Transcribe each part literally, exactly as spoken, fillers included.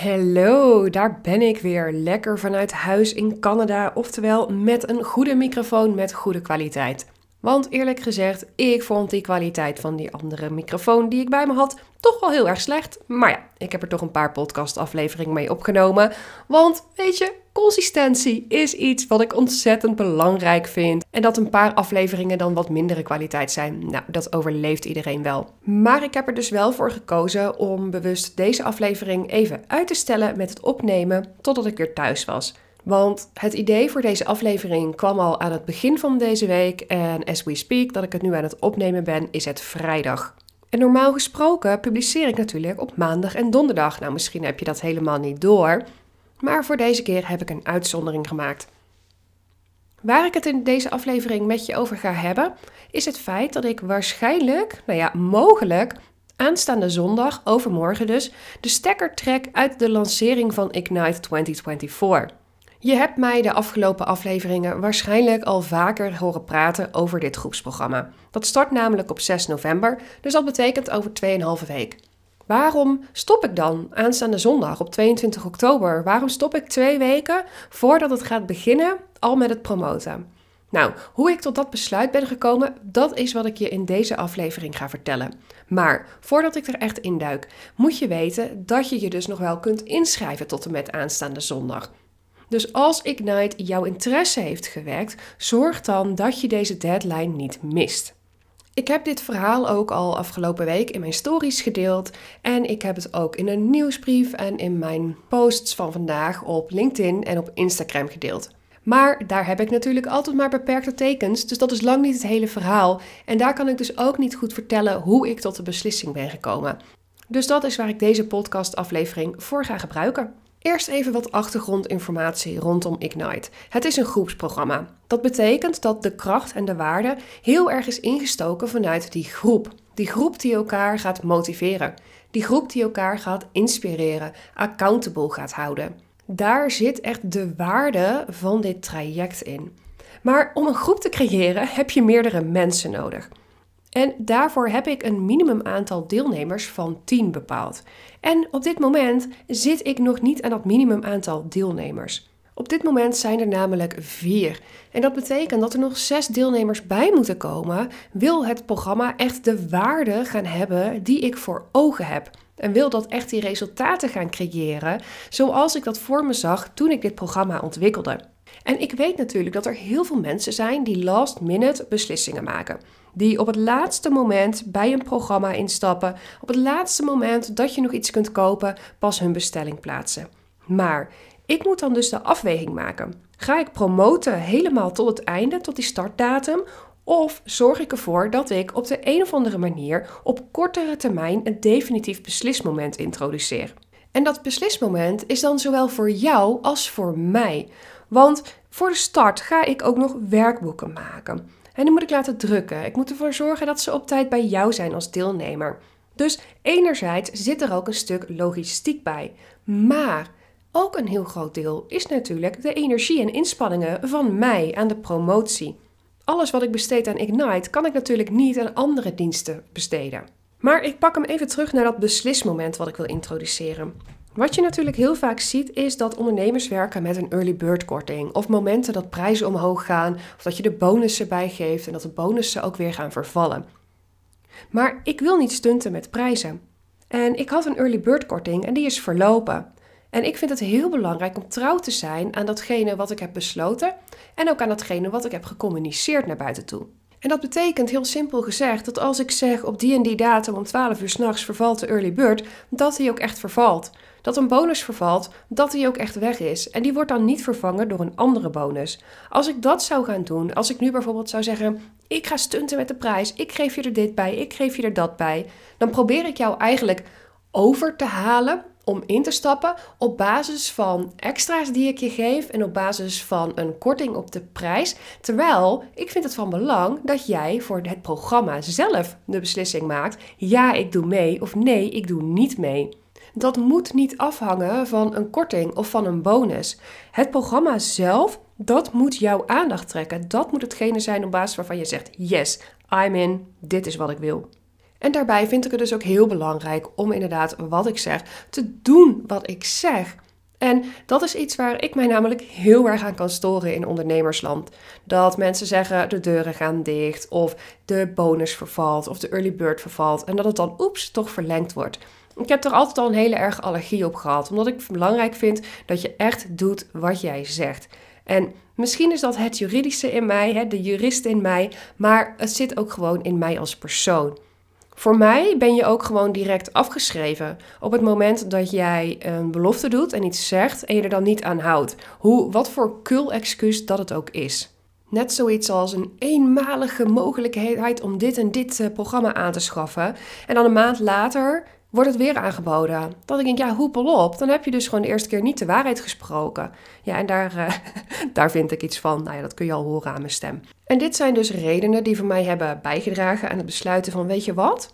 Hallo, daar ben ik weer. Lekker vanuit huis in Canada, oftewel met een goede microfoon met goede kwaliteit. Want eerlijk gezegd, ik vond die kwaliteit van die andere microfoon die ik bij me had toch wel heel erg slecht. Maar ja, ik heb er toch een paar podcastafleveringen mee opgenomen. Want weet je, consistentie is iets wat ik ontzettend belangrijk vind. En dat een paar afleveringen dan wat mindere kwaliteit zijn, nou, dat overleeft iedereen wel. Maar ik heb er dus wel voor gekozen om bewust deze aflevering even uit te stellen met het opnemen totdat ik weer thuis was. Want het idee voor deze aflevering kwam al aan het begin van deze week en as we speak, dat ik het nu aan het opnemen ben, is het vrijdag. En normaal gesproken publiceer ik natuurlijk op maandag en donderdag. Nou, misschien heb je dat helemaal niet door, maar voor deze keer heb ik een uitzondering gemaakt. Waar ik het in deze aflevering met je over ga hebben, is het feit dat ik waarschijnlijk, nou ja, mogelijk, aanstaande zondag, overmorgen dus, de stekker trek uit de lancering van Ignite twintig vierentwintig. Je hebt mij de afgelopen afleveringen waarschijnlijk al vaker horen praten over dit groepsprogramma. Dat start namelijk op zes november, dus dat betekent over twee komma vijf week. Waarom stop ik dan aanstaande zondag op tweeëntwintig oktober? Waarom stop ik twee weken voordat het gaat beginnen al met het promoten? Nou, hoe ik tot dat besluit ben gekomen, dat is wat ik je in deze aflevering ga vertellen. Maar voordat ik er echt induik, moet je weten dat je je dus nog wel kunt inschrijven tot en met aanstaande zondag. Dus als Ignite jouw interesse heeft gewekt, zorg dan dat je deze deadline niet mist. Ik heb dit verhaal ook al afgelopen week in mijn stories gedeeld en ik heb het ook in een nieuwsbrief en in mijn posts van vandaag op LinkedIn en op Instagram gedeeld. Maar daar heb ik natuurlijk altijd maar beperkte tekens, dus dat is lang niet het hele verhaal. En daar kan ik dus ook niet goed vertellen hoe ik tot de beslissing ben gekomen. Dus dat is waar ik deze podcastaflevering voor ga gebruiken. Eerst even wat achtergrondinformatie rondom Ignite. Het is een groepsprogramma. Dat betekent dat de kracht en de waarde heel erg is ingestoken vanuit die groep. Die groep die elkaar gaat motiveren. Die groep die elkaar gaat inspireren, accountable gaat houden. Daar zit echt de waarde van dit traject in. Maar om een groep te creëren heb je meerdere mensen nodig. En daarvoor heb ik een minimum aantal deelnemers van tien bepaald. En op dit moment zit ik nog niet aan dat minimum aantal deelnemers. Op dit moment zijn er namelijk vier. En dat betekent dat er nog zes deelnemers bij moeten komen, wil het programma echt de waarde gaan hebben die ik voor ogen heb. En wil dat echt die resultaten gaan creëren, zoals ik dat voor me zag toen ik dit programma ontwikkelde. En ik weet natuurlijk dat er heel veel mensen zijn die last minute beslissingen maken. Die op het laatste moment bij een programma instappen, op het laatste moment dat je nog iets kunt kopen, pas hun bestelling plaatsen. Maar ik moet dan dus de afweging maken. Ga ik promoten helemaal tot het einde, tot die startdatum? Of zorg ik ervoor dat ik op de een of andere manier op kortere termijn een definitief beslismoment introduceer? En dat beslismoment is dan zowel voor jou als voor mij. Want voor de start ga ik ook nog werkboeken maken. En die moet ik laten drukken. Ik moet ervoor zorgen dat ze op tijd bij jou zijn als deelnemer. Dus enerzijds zit er ook een stuk logistiek bij. Maar ook een heel groot deel is natuurlijk de energie en inspanningen van mij aan de promotie. Alles wat ik besteed aan Ignite kan ik natuurlijk niet aan andere diensten besteden. Maar ik pak hem even terug naar dat beslismoment wat ik wil introduceren. Wat je natuurlijk heel vaak ziet is dat ondernemers werken met een early bird korting. Of momenten dat prijzen omhoog gaan of dat je de bonussen bijgeeft en dat de bonussen ook weer gaan vervallen. Maar ik wil niet stunten met prijzen. En ik had een early bird korting en die is verlopen. En ik vind het heel belangrijk om trouw te zijn aan datgene wat ik heb besloten en ook aan datgene wat ik heb gecommuniceerd naar buiten toe. En dat betekent heel simpel gezegd dat als ik zeg op die en die datum om twaalf uur 's nachts vervalt de early bird, dat die ook echt vervalt. Dat een bonus vervalt, dat die ook echt weg is. En die wordt dan niet vervangen door een andere bonus. Als ik dat zou gaan doen, als ik nu bijvoorbeeld zou zeggen, ik ga stunten met de prijs, ik geef je er dit bij, ik geef je er dat bij, dan probeer ik jou eigenlijk over te halen om in te stappen op basis van extra's die ik je geef en op basis van een korting op de prijs. Terwijl ik vind het van belang dat jij voor het programma zelf de beslissing maakt. Ja, ik doe mee of nee, ik doe niet mee. Dat moet niet afhangen van een korting of van een bonus. Het programma zelf, dat moet jouw aandacht trekken. Dat moet hetgene zijn op basis waarvan je zegt, yes, I'm in, dit is wat ik wil. En daarbij vind ik het dus ook heel belangrijk om inderdaad wat ik zeg te doen wat ik zeg. En dat is iets waar ik mij namelijk heel erg aan kan storen in ondernemersland. Dat mensen zeggen de deuren gaan dicht of de bonus vervalt of de early bird vervalt. En dat het dan oeps toch verlengd wordt. Ik heb er altijd al een hele erg allergie op gehad. Omdat ik het belangrijk vind dat je echt doet wat jij zegt. En misschien is dat het juridische in mij, de jurist in mij. Maar het zit ook gewoon in mij als persoon. Voor mij ben je ook gewoon direct afgeschreven op het moment dat jij een belofte doet en iets zegt en je er dan niet aan houdt. Hoe, wat voor kul excuus dat het ook is. Net zoiets als een eenmalige mogelijkheid om dit en dit uh, programma aan te schaffen. En dan een maand later wordt het weer aangeboden. Dat ik denk, ja, hoepel op. Dan heb je dus gewoon de eerste keer niet de waarheid gesproken. Ja, en daar, uh, daar vind ik iets van. Nou ja, dat kun je al horen aan mijn stem. En dit zijn dus redenen die voor mij hebben bijgedragen aan het besluiten van, weet je wat?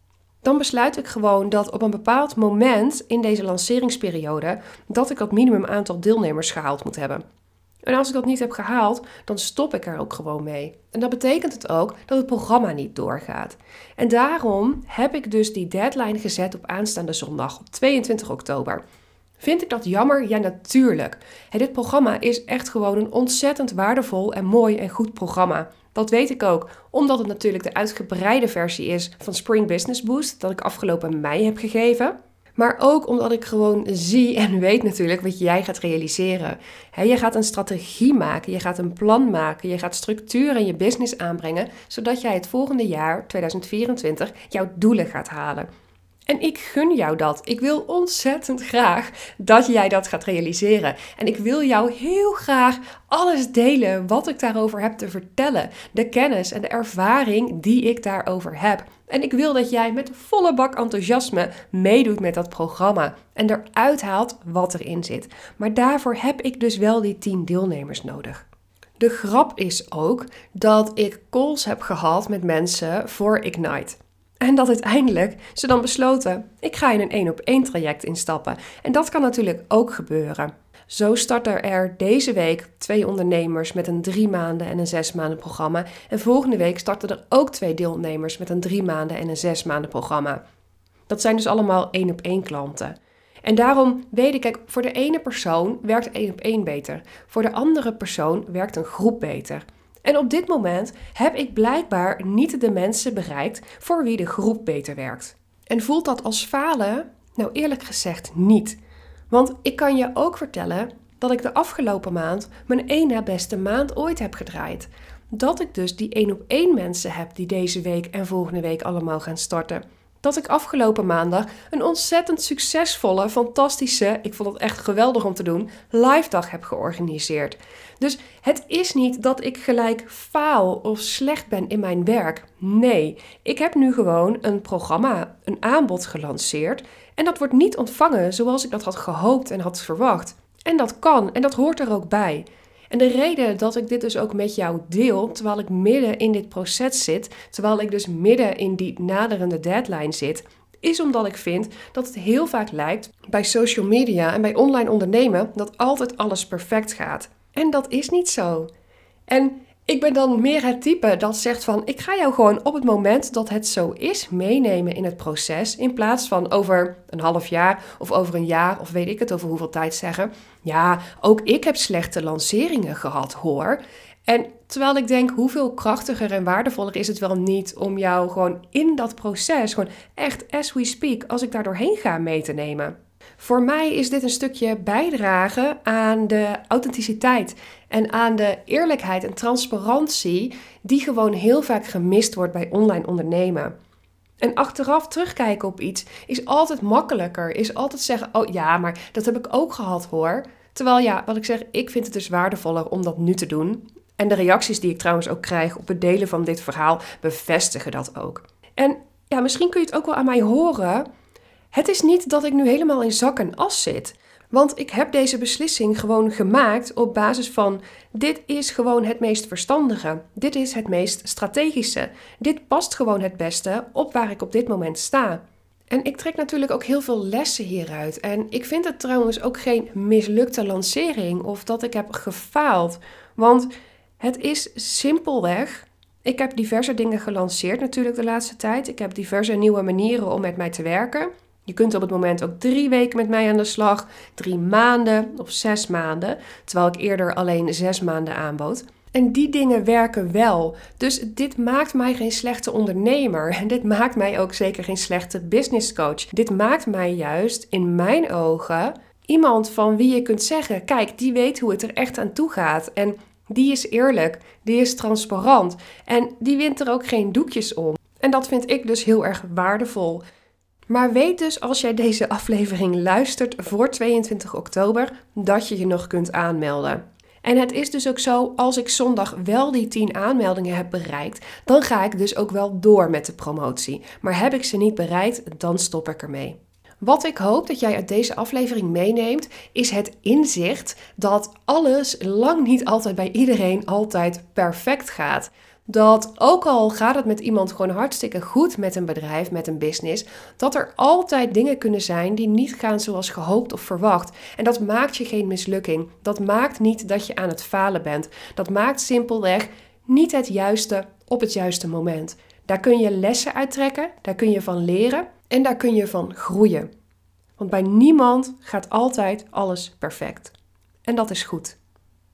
Dan besluit ik gewoon dat op een bepaald moment in deze lanceringsperiode dat ik dat minimum aantal deelnemers gehaald moet hebben. En als ik dat niet heb gehaald, dan stop ik er ook gewoon mee. En dat betekent het ook dat het programma niet doorgaat. En daarom heb ik dus die deadline gezet op aanstaande zondag, op tweeëntwintig oktober. Vind ik dat jammer? Ja, natuurlijk. Hey, dit programma is echt gewoon een ontzettend waardevol en mooi en goed programma. Dat weet ik ook, omdat het natuurlijk de uitgebreide versie is van Spring Business Boost, dat ik afgelopen mei heb gegeven. Maar ook omdat ik gewoon zie en weet natuurlijk wat jij gaat realiseren. He, je gaat een strategie maken, je gaat een plan maken, je gaat structuur in je business aanbrengen, zodat jij het volgende jaar, tweeduizend vierentwintig, jouw doelen gaat halen. En ik gun jou dat. Ik wil ontzettend graag dat jij dat gaat realiseren. En ik wil jou heel graag alles delen wat ik daarover heb te vertellen. De kennis en de ervaring die ik daarover heb. En ik wil dat jij met volle bak enthousiasme meedoet met dat programma. En eruit haalt wat erin zit. Maar daarvoor heb ik dus wel die tien deelnemers nodig. De grap is ook dat ik calls heb gehad met mensen voor Ignite. En dat uiteindelijk ze dan besloten, ik ga in een één op één traject instappen. En dat kan natuurlijk ook gebeuren. Zo starten er deze week twee ondernemers met een drie maanden en een zes maanden programma. En volgende week starten er ook twee deelnemers met een drie maanden en een zes maanden programma. Dat zijn dus allemaal één op één klanten. En daarom weet ik, kijk, voor de ene persoon werkt één op één beter. Voor de andere persoon werkt een groep beter. En op dit moment heb ik blijkbaar niet de mensen bereikt voor wie de groep beter werkt. En voelt dat als falen? Nou, eerlijk gezegd niet. Want ik kan je ook vertellen dat ik de afgelopen maand mijn één na beste maand ooit heb gedraaid. Dat ik dus die één op één mensen heb die deze week en volgende week allemaal gaan starten. Dat ik afgelopen maandag een ontzettend succesvolle, fantastische, ik vond het echt geweldig om te doen, live dag heb georganiseerd. Dus het is niet dat ik gelijk faal of slecht ben in mijn werk. Nee, ik heb nu gewoon een programma, een aanbod gelanceerd en dat wordt niet ontvangen zoals ik dat had gehoopt en had verwacht. En dat kan en dat hoort er ook bij. En de reden dat ik dit dus ook met jou deel, terwijl ik midden in dit proces zit, terwijl ik dus midden in die naderende deadline zit, is omdat ik vind dat het heel vaak lijkt bij social media en bij online ondernemen dat altijd alles perfect gaat. En dat is niet zo. En ik ben dan meer het type dat zegt van, ik ga jou gewoon op het moment dat het zo is meenemen in het proces, in plaats van over een half jaar of over een jaar of weet ik het over hoeveel tijd zeggen. Ja, ook ik heb slechte lanceringen gehad, hoor. En terwijl ik denk, hoeveel krachtiger en waardevoller is het wel niet om jou gewoon in dat proces, gewoon echt as we speak, als ik daar doorheen ga mee te nemen. Voor mij is dit een stukje bijdragen aan de authenticiteit en aan de eerlijkheid en transparantie die gewoon heel vaak gemist wordt bij online ondernemen. En achteraf terugkijken op iets is altijd makkelijker, is altijd zeggen, oh ja, maar dat heb ik ook gehad, hoor. Terwijl ja, wat ik zeg, ik vind het dus waardevoller om dat nu te doen. En de reacties die ik trouwens ook krijg op het delen van dit verhaal bevestigen dat ook. En ja, misschien kun je het ook wel aan mij horen. Het is niet dat ik nu helemaal in zak en as zit. Want ik heb deze beslissing gewoon gemaakt op basis van, dit is gewoon het meest verstandige. Dit is het meest strategische. Dit past gewoon het beste op waar ik op dit moment sta. En ik trek natuurlijk ook heel veel lessen hieruit. En ik vind het trouwens ook geen mislukte lancering of dat ik heb gefaald. Want het is simpelweg Ik heb diverse dingen gelanceerd natuurlijk de laatste tijd. Ik heb diverse nieuwe manieren om met mij te werken. Je kunt op het moment ook drie weken met mij aan de slag, drie maanden of zes maanden, terwijl ik eerder alleen zes maanden aanbood. En die dingen werken wel. Dus dit maakt mij geen slechte ondernemer. En dit maakt mij ook zeker geen slechte business coach. Dit maakt mij juist in mijn ogen iemand van wie je kunt zeggen, kijk, die weet hoe het er echt aan toe gaat. En die is eerlijk, die is transparant en die wint er ook geen doekjes om. En dat vind ik dus heel erg waardevol. Maar weet dus als jij deze aflevering luistert voor tweeëntwintig oktober dat je je nog kunt aanmelden. En het is dus ook zo, als ik zondag wel die tien aanmeldingen heb bereikt, dan ga ik dus ook wel door met de promotie. Maar heb ik ze niet bereikt, dan stop ik ermee. Wat ik hoop dat jij uit deze aflevering meeneemt, is het inzicht dat alles lang niet altijd bij iedereen altijd perfect gaat. Dat ook al gaat het met iemand gewoon hartstikke goed met een bedrijf, met een business, dat er altijd dingen kunnen zijn die niet gaan zoals gehoopt of verwacht. En dat maakt je geen mislukking. Dat maakt niet dat je aan het falen bent. Dat maakt simpelweg niet het juiste op het juiste moment. Daar kun je lessen uit trekken, daar kun je van leren en daar kun je van groeien. Want bij niemand gaat altijd alles perfect. En dat is goed.